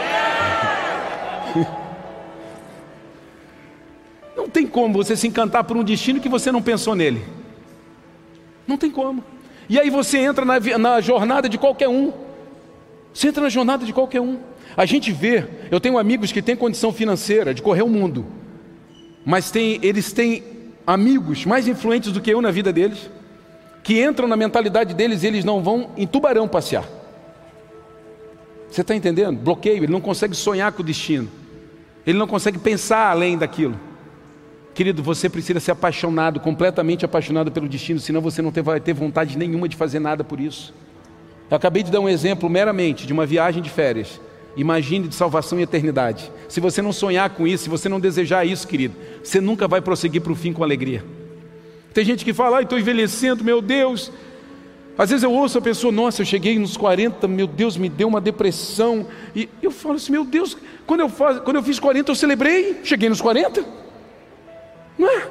Não tem como você se encantar por um destino que você não pensou nele. Não tem como. E aí você entra na, na jornada de qualquer um. Você entra na jornada de qualquer um. A gente vê, eu tenho amigos que têm condição financeira de correr o mundo, mas tem, eles têm amigos mais influentes do que eu na vida deles, que entram na mentalidade deles e eles não vão em Tubarão passear. Você está entendendo? Bloqueio, ele não consegue sonhar com o destino. Ele não consegue pensar além daquilo. Querido, você precisa ser apaixonado, completamente apaixonado pelo destino, senão você não vai ter vontade nenhuma de fazer nada por isso. Eu acabei de dar um exemplo meramente de uma viagem de férias. Imagine de salvação e eternidade. Se você não sonhar com isso, se você não desejar isso, querido, você nunca vai prosseguir para o fim com alegria. Tem gente que fala: ai, estou envelhecendo, meu Deus. Às vezes eu ouço a pessoa: nossa, eu cheguei nos quarenta, meu Deus, me deu uma depressão. E eu falo assim: meu Deus, quando eu, faz, quando eu fiz quarenta eu celebrei, cheguei nos quarenta. Não é?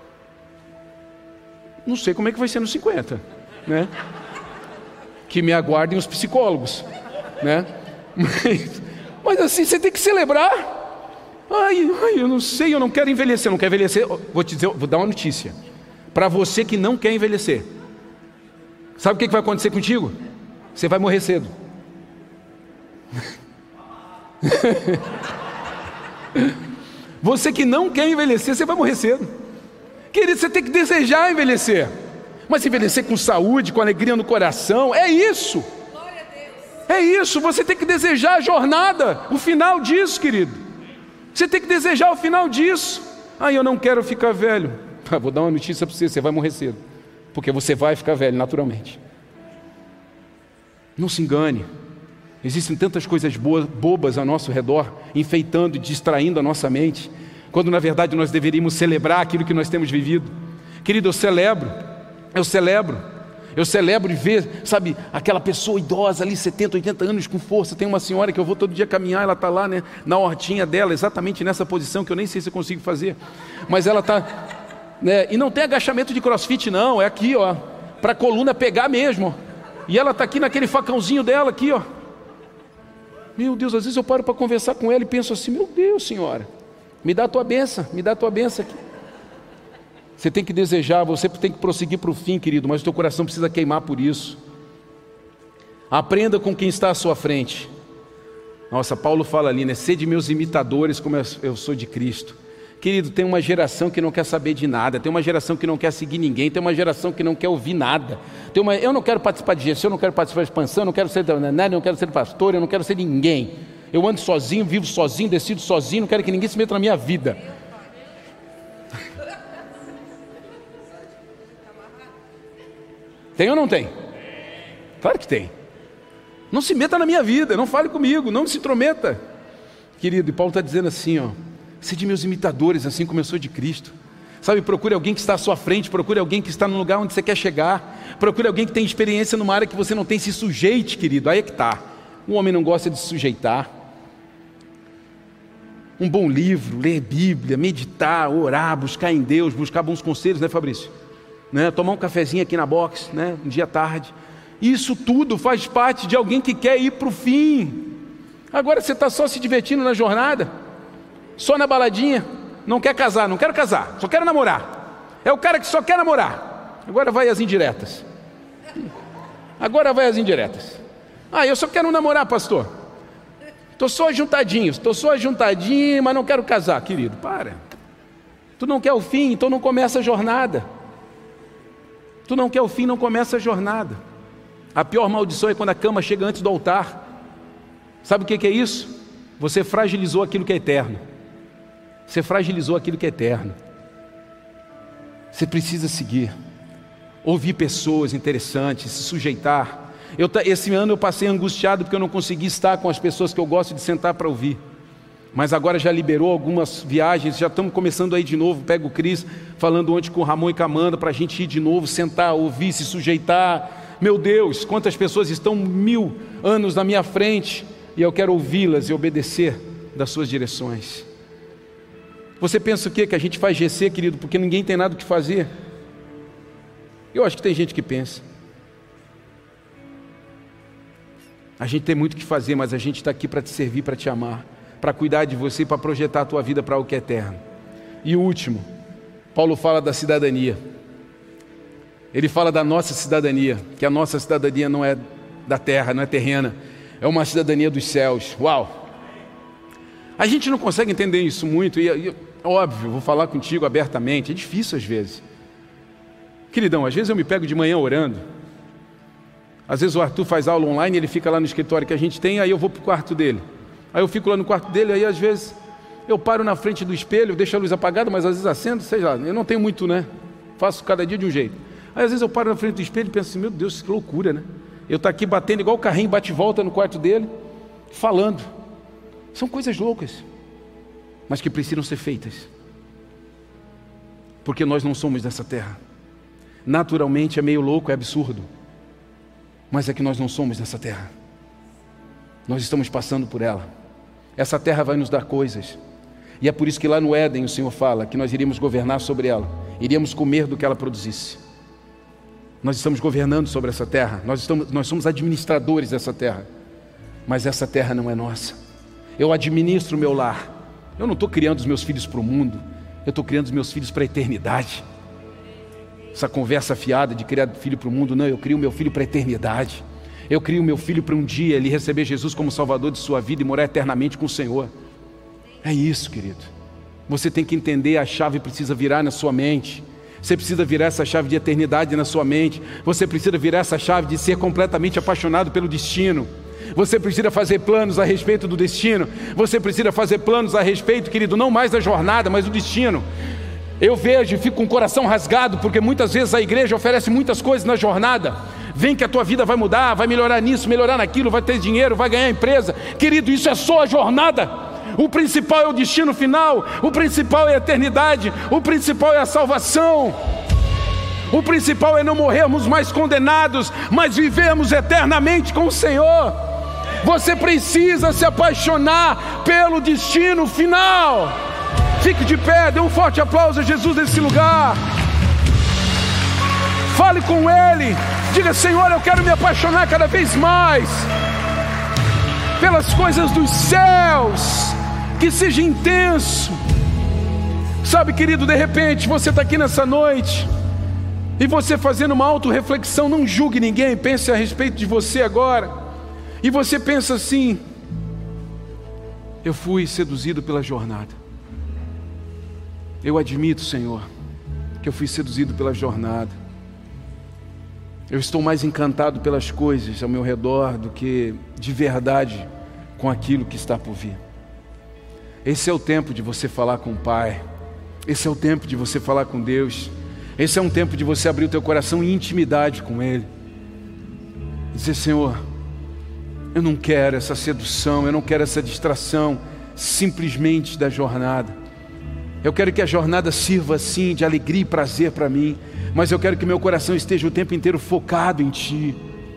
Não sei como é que vai ser nos cinquenta, né? Que me aguardem os psicólogos, né? Mas, mas assim, você tem que celebrar. Ai, ai, eu não sei, eu não quero envelhecer. Não quero envelhecer. Vou te dizer, vou dar uma notícia para você que não quer envelhecer. Sabe o que vai acontecer contigo? Você vai morrer cedo. Você que não quer envelhecer, você vai morrer cedo. Querido, você tem que desejar envelhecer. Mas envelhecer com saúde, com alegria no coração, é isso. É isso, você tem que desejar a jornada, o final disso, querido. Você tem que desejar o final disso. Ah, eu não quero ficar velho. Ah, vou dar uma notícia para você, você vai morrer cedo. Porque você vai ficar velho, naturalmente. Não se engane. Existem tantas coisas boas, bobas ao nosso redor, enfeitando e distraindo a nossa mente, quando na verdade nós deveríamos celebrar aquilo que nós temos vivido. Querido, eu celebro, eu celebro, eu celebro de ver, sabe, aquela pessoa idosa ali, setenta, oitenta anos, com força. Tem uma senhora que eu vou todo dia caminhar, ela está lá, né, na hortinha dela, exatamente nessa posição que eu nem sei se eu consigo fazer, mas ela está, né, e não tem agachamento de crossfit não, é aqui, ó, para a coluna pegar mesmo, e ela está aqui naquele facãozinho dela aqui, ó. Meu Deus, às vezes eu paro para conversar com ela e penso assim: meu Deus, senhora, me dá a tua bênção, me dá a tua bênção aqui. Você tem que desejar, você tem que prosseguir para o fim, querido, mas o teu coração precisa queimar por isso. Aprenda com quem está à sua frente. Nossa, Paulo fala ali, né? Sede meus imitadores como eu sou de Cristo. Querido, tem uma geração que não quer saber de nada, tem uma geração que não quer seguir ninguém, tem uma geração que não quer ouvir nada. Tem uma, eu não quero participar de G C, eu não quero participar de expansão, eu não quero ser nada, eu não quero ser pastor, eu não quero ser ninguém. Eu ando sozinho, vivo sozinho, decido sozinho, não quero que ninguém se meta na minha vida. Tem ou não tem? Claro que tem. Não se meta na minha vida, não fale comigo, não se intrometa. Querido, e Paulo está dizendo assim, ó: sede meus imitadores, assim como eu sou de Cristo. Sabe, procure alguém que está à sua frente, procure alguém que está no lugar onde você quer chegar, procure alguém que tem experiência numa área que você não tem, se sujeite, querido, aí é que está. Um homem não gosta de se sujeitar. Um bom livro, ler Bíblia, meditar, orar, buscar em Deus, buscar bons conselhos, né, Fabrício? Né? Tomar um cafezinho aqui na box, né? Um dia à tarde. Isso tudo faz parte de alguém que quer ir para o fim. Agora você está só se divertindo na jornada, só na baladinha, não quer casar, não quero casar, só quero namorar. É o cara que só quer namorar. Agora vai as indiretas. Agora vai as indiretas. Ah, eu só quero namorar, pastor. Estou só ajuntadinho, estou só ajuntadinho, mas não quero casar. Querido, para. Tu não quer o fim, então não começa a jornada. Tu não quer o fim, não começa a jornada. A pior maldição é quando a cama chega antes do altar. Sabe o que é isso? você fragilizou aquilo que é eterno. Você fragilizou aquilo que é eterno. Você precisa seguir, ouvir pessoas interessantes, se sujeitar. Eu, esse ano eu passei angustiado porque eu não consegui estar com as pessoas que eu gosto de sentar para ouvir. Mas agora já liberou algumas viagens, já estamos começando aí de novo. Pego o Cris falando ontem com o Ramon e com a Amanda para a gente ir de novo, sentar, ouvir, se sujeitar. Meu Deus, quantas pessoas estão mil anos na minha frente e eu quero ouvi-las e obedecer das suas direções. Você pensa o quê? Que a gente faz G C, querido, porque ninguém tem nada o que fazer? Eu acho que tem gente que pensa. A gente tem muito o que fazer, mas a gente está aqui para te servir, para te amar, para cuidar de você, para projetar a tua vida para algo que é eterno. E o último, Paulo fala da cidadania. Ele fala da nossa cidadania, que a nossa cidadania não é da terra, não é terrena, é uma cidadania dos céus. Uau! A gente não consegue entender isso muito, e, e óbvio, vou falar contigo abertamente, é difícil às vezes. Queridão, às vezes eu me pego de manhã orando, às vezes o Arthur faz aula online, ele fica lá no escritório que a gente tem, aí eu vou para o quarto dele. Aí eu fico lá no quarto dele, aí às vezes eu paro na frente do espelho, deixo a luz apagada, mas às vezes acendo, sei lá, eu não tenho muito, né? Faço cada dia de um jeito. Aí às vezes eu paro na frente do espelho e penso assim, meu Deus, que loucura, né? Eu estou aqui batendo igual o carrinho bate e volta no quarto dele, falando. São coisas loucas, mas que precisam ser feitas. Porque nós não somos dessa terra. Naturalmente é meio louco, é absurdo. Mas é que nós não somos dessa terra. Nós estamos passando por ela. Essa terra vai nos dar coisas. E é por isso que lá no Éden o Senhor fala que nós iríamos governar sobre ela. Iríamos comer do que ela produzisse. Nós estamos governando sobre essa terra. Nós, estamos, nós somos administradores dessa terra. Mas essa terra não é nossa. Eu administro o meu lar. Eu não estou criando os meus filhos para o mundo. Eu estou criando os meus filhos para a eternidade. Essa conversa fiada de criar filho para o mundo, não, eu crio o meu filho para a eternidade. Eu crio o meu filho para um dia ele receber Jesus como Salvador de sua vida e morar eternamente com o Senhor. É isso, querido. Você tem que entender, a chave precisa virar na sua mente. Você precisa virar essa chave de eternidade na sua mente. Você precisa virar essa chave de ser completamente apaixonado pelo destino. Você precisa fazer planos a respeito do destino. Você precisa fazer planos a respeito, querido, não mais da jornada, mas do destino. Eu vejo e fico com o coração rasgado, porque muitas vezes a igreja oferece muitas coisas na jornada. Vem que a tua vida vai mudar, vai melhorar nisso, melhorar naquilo, vai ter dinheiro, vai ganhar empresa. Querido, isso é só a jornada. O principal é o destino final. O principal é a eternidade. O principal é a salvação. O principal é não morrermos mais condenados, mas vivermos eternamente com o Senhor. Você precisa se apaixonar pelo destino final. Fique de pé, dê um forte aplauso a Jesus nesse lugar. Fale com Ele. Diga, Senhor, eu quero me apaixonar cada vez mais pelas coisas dos céus. Que seja intenso. Sabe, querido, de repente você está aqui nessa noite e você fazendo uma autorreflexão, não julgue ninguém, pense a respeito de você agora. E você pensa assim: eu fui seduzido pela jornada. Eu admito, Senhor, que eu fui seduzido pela jornada. Eu estou mais encantado pelas coisas ao meu redor do que de verdade com aquilo que está por vir. Esse é o tempo de você falar com o Pai. Esse é o tempo de você falar com Deus. Esse é um tempo de você abrir o teu coração em intimidade com Ele. Dizer, Senhor, eu não quero essa sedução, eu não quero essa distração simplesmente da jornada. Eu quero que a jornada sirva assim de alegria e prazer para mim, mas eu quero que meu coração esteja o tempo inteiro focado em Ti.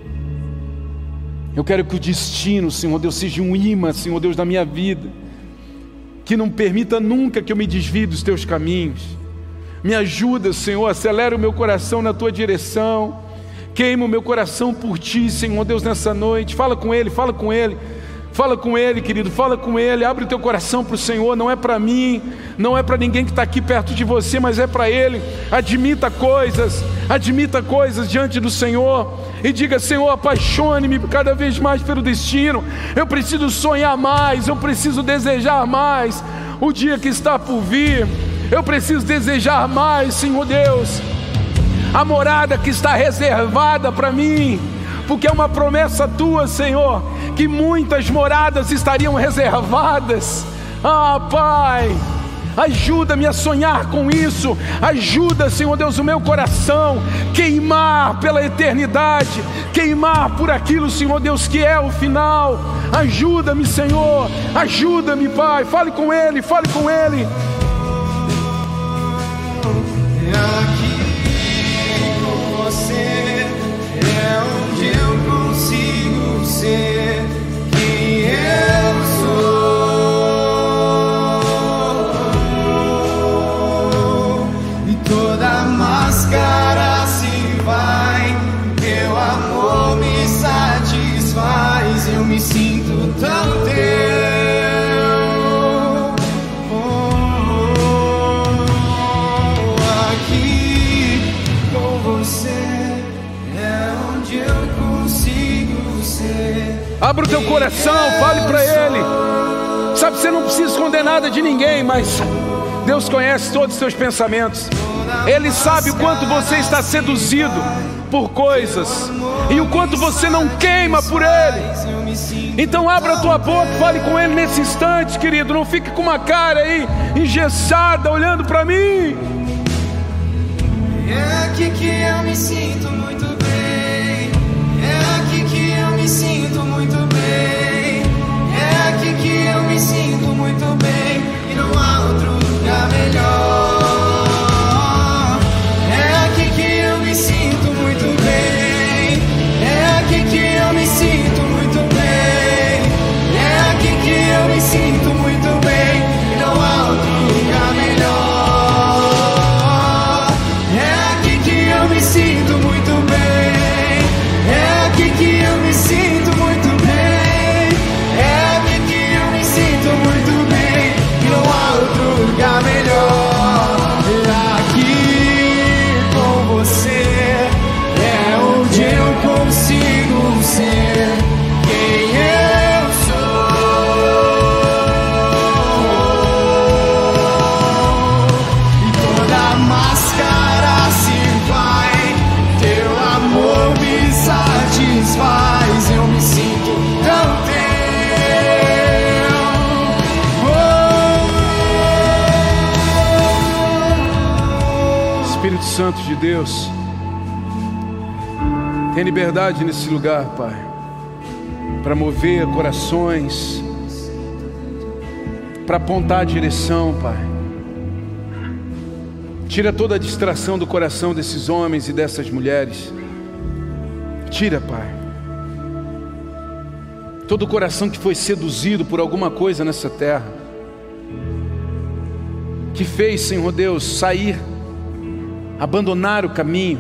Eu quero que o destino, Senhor Deus, seja um imã, Senhor Deus, da minha vida, que não permita nunca que eu me desvie dos Teus caminhos. Me ajuda, Senhor, acelera o meu coração na Tua direção, queima o meu coração por Ti, Senhor Deus, nessa noite. Fala com Ele, fala com Ele. Fala com Ele, querido, fala com Ele, abre o teu coração para o Senhor, não é para mim, não é para ninguém que está aqui perto de você, mas é para Ele. Admita coisas, admita coisas diante do Senhor e diga, Senhor, apaixone-me cada vez mais pelo destino. Eu preciso sonhar mais, eu preciso desejar mais o dia que está por vir. Eu preciso desejar mais, Senhor Deus, a morada que está reservada para mim, porque é uma promessa tua, Senhor, que muitas moradas estariam reservadas. Ah, Pai, ajuda-me a sonhar com isso. Ajuda, Senhor Deus, o meu coração queimar pela eternidade, queimar por aquilo, Senhor Deus, que é o final. Ajuda-me, Senhor, ajuda-me, Pai. Fale com Ele, fale com Ele. Aqui com você é onde eu consigo ser quem eu sou, e toda máscara se vai, teu amor me satisfaz, eu me sinto tão teu. Abra o teu coração, fale para Ele. Sabe, você não precisa esconder nada de ninguém, mas Deus conhece todos os seus pensamentos. Ele sabe o quanto você está seduzido por coisas e o quanto você não queima por Ele. Então abra a tua boca, fale com Ele nesse instante, querido. Não fique com uma cara aí engessada olhando para mim. É aqui que eu me sinto muito bem. É aqui que eu me sinto muito bem. É aqui que eu me sinto muito bem. E não há outro lugar melhor. É aqui que eu me sinto muito bem. É aqui que eu me sinto muito bem. É aqui que eu me sinto muito bem. E não há outro lugar melhor. É aqui que eu me sinto muito bem. É aqui que eu me sinto muito bem. É aqui que eu me sinto muito bem. E não há outro lugar melhor. É aqui com você é onde eu consigo ser quem eu sou. E toda máscara se vai, teu amor me satisfaz, eu me sinto tão teu. Oh. Espírito Santo de Deus, tem liberdade nesse lugar, Pai, para mover corações, para apontar a direção, Pai. Tira toda a distração do coração desses homens e dessas mulheres. Tira, Pai, todo o coração que foi seduzido por alguma coisa nessa terra, que fez, Senhor Deus, sair, abandonar o caminho.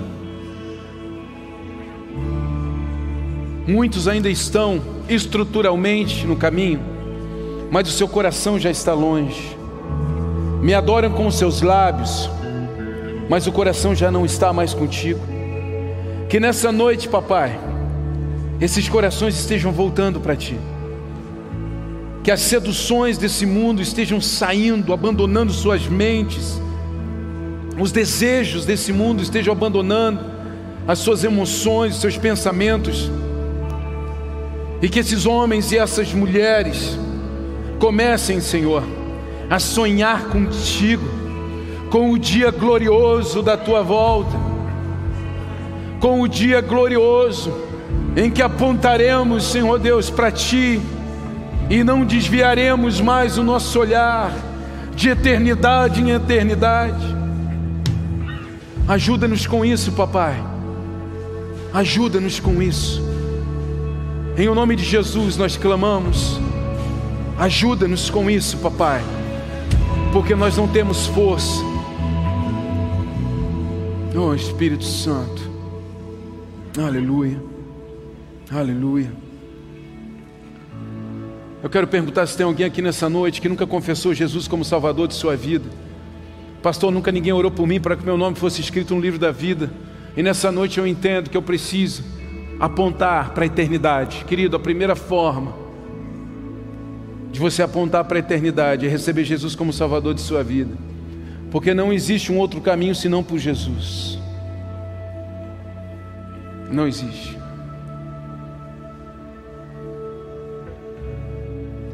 Muitos ainda estão estruturalmente no caminho, mas o seu coração já está longe. Me adoram com os seus lábios, mas o coração já não está mais contigo. Que nessa noite, papai, esses corações estejam voltando para ti. Que as seduções desse mundo estejam saindo, abandonando suas mentes. Os desejos desse mundo estejam abandonando as suas emoções, os seus pensamentos. E que esses homens e essas mulheres comecem, Senhor, a sonhar contigo, com o dia glorioso da tua volta, com o dia glorioso em que apontaremos, Senhor Deus, para ti e não desviaremos mais o nosso olhar de eternidade em eternidade. Ajuda-nos com isso, papai. Ajuda-nos com isso. Em o nome de Jesus nós clamamos. Ajuda-nos com isso, papai, porque nós não temos força. Oh, Espírito Santo. Aleluia. Aleluia. Eu quero perguntar se tem alguém aqui nessa noite que nunca confessou Jesus como Salvador de sua vida. Pastor, nunca ninguém orou por mim para que meu nome fosse escrito no livro da vida. E nessa noite eu entendo que eu preciso apontar para a eternidade. Querido, a primeira forma de você apontar para a eternidade é receber Jesus como Salvador de sua vida. Porque não existe um outro caminho senão por Jesus. Não existe.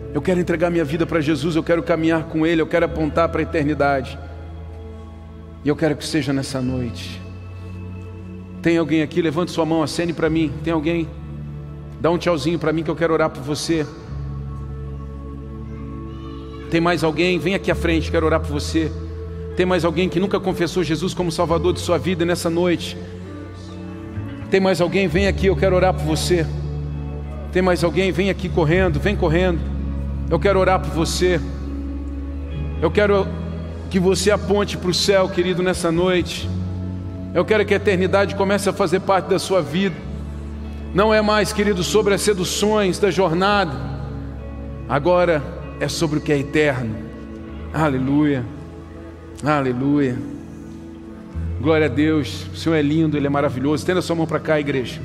Eu quero entregar minha vida para Jesus, eu quero caminhar com Ele, eu quero apontar para a eternidade. E eu quero que seja nessa noite. Tem alguém aqui? Levante sua mão, acene para mim. Tem alguém? Dá um tchauzinho para mim que eu quero orar por você. Tem mais alguém? Vem aqui à frente, quero orar por você. Tem mais alguém que nunca confessou Jesus como Salvador de sua vida nessa noite? Tem mais alguém? Vem aqui, eu quero orar por você. Tem mais alguém? Vem aqui correndo, vem correndo. Eu quero orar por você. Eu quero que você aponte para o céu, querido, nessa noite. Eu quero que a eternidade comece a fazer parte da sua vida. Não é mais, querido, sobre as seduções da jornada. Agora é sobre o que é eterno. Aleluia. Aleluia. Glória a Deus. O Senhor é lindo, Ele é maravilhoso. Estenda sua mão para cá, igreja.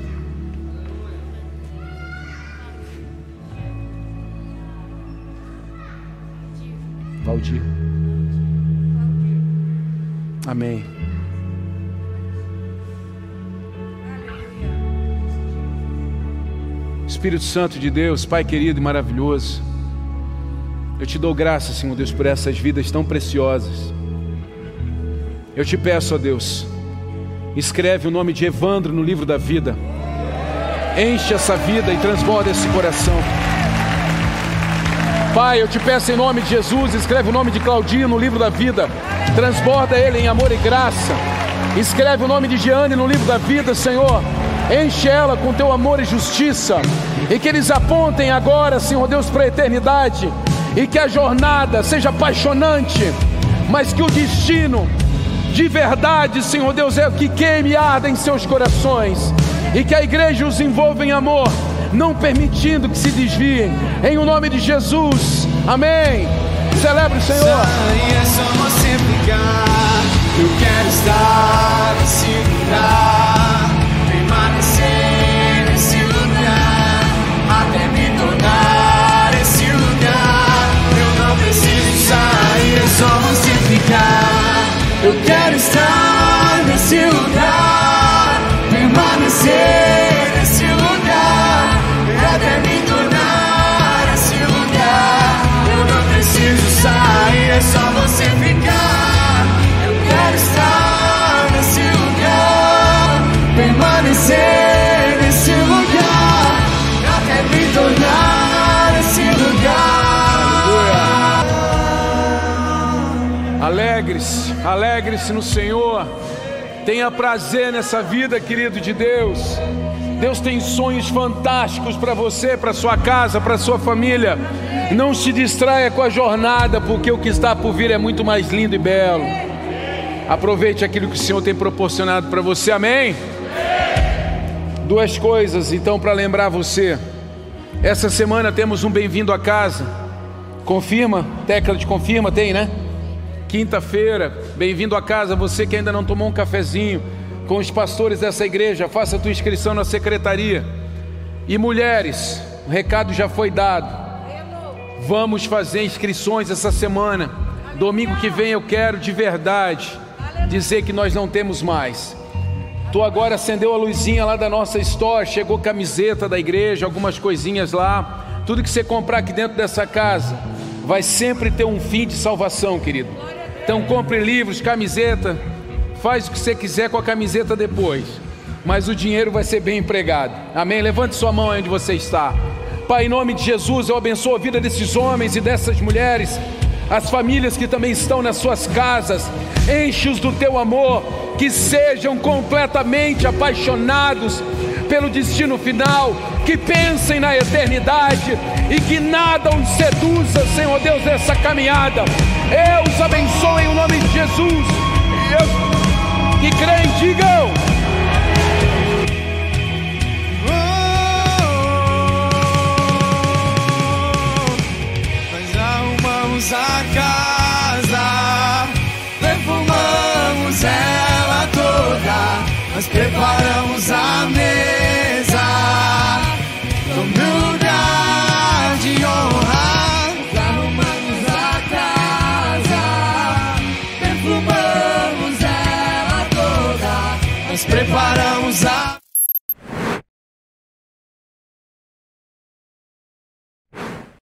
Valdir. Amém. Espírito Santo de Deus, Pai querido e maravilhoso, eu te dou graças, Senhor Deus, por essas vidas tão preciosas. Eu te peço, ó Deus, escreve o nome de Evandro no livro da vida. Enche essa vida e transborda esse coração. Pai, eu te peço em nome de Jesus, escreve o nome de Claudinho no livro da vida. Transborda ele em amor e graça. Escreve o nome de Giane no livro da vida, Senhor. Enche ela com teu amor e justiça. E que eles apontem agora, Senhor Deus, para a eternidade. E que a jornada seja apaixonante, mas que o destino de verdade, Senhor Deus, é o que queime e arda em seus corações. E que a igreja os envolva em amor, não permitindo que se desviem. Em o nome de Jesus. Amém. Celebre o Senhor. É só você ficar. Eu quero estar nesse lugar, permanecer nesse lugar, até me tornar esse lugar. Eu não preciso sair, é só você ficar. Eu quero estar nesse lugar, permanecer nesse lugar, até me tornar esse lugar. Eu não preciso sair, é só você ficar. Eu quero estar nesse lugar, permanecer nesse lugar, até me tornar esse lugar. Alegre-se, alegre-se no Senhor. Tenha prazer nessa vida, querido de Deus. Deus tem sonhos fantásticos para você, para sua casa, para sua família. Não se distraia com a jornada, porque o que está por vir é muito mais lindo e belo. Aproveite aquilo que o Senhor tem proporcionado para você. Amém? Duas coisas então para lembrar você. Essa semana temos um bem-vindo a casa. Confirma, tecla de confirma, tem, né? Quinta-feira, bem-vindo a casa. Você que ainda não tomou um cafezinho com os pastores dessa igreja, faça a tua inscrição na secretaria. E mulheres, o recado já foi dado. Vamos fazer inscrições essa semana. Domingo que vem eu quero de verdade dizer que nós não temos mais. Tu agora acendeu a luzinha lá da nossa store, chegou camiseta da igreja, algumas coisinhas lá. Tudo que você comprar aqui dentro dessa casa vai sempre ter um fim de salvação, querido. Então compre livros, camiseta, faz o que você quiser com a camiseta depois, mas o dinheiro vai ser bem empregado. Amém? Levante sua mão aí onde você está. Pai, em nome de Jesus, eu abençoo a vida desses homens e dessas mulheres, as famílias que também estão nas suas casas. Enche-os do teu amor, que sejam completamente apaixonados pelo destino final, que pensem na eternidade e que nada os seduza, Senhor Deus, nessa caminhada. Eu os abençoo em nome de Jesus. Eu, que creem, digam.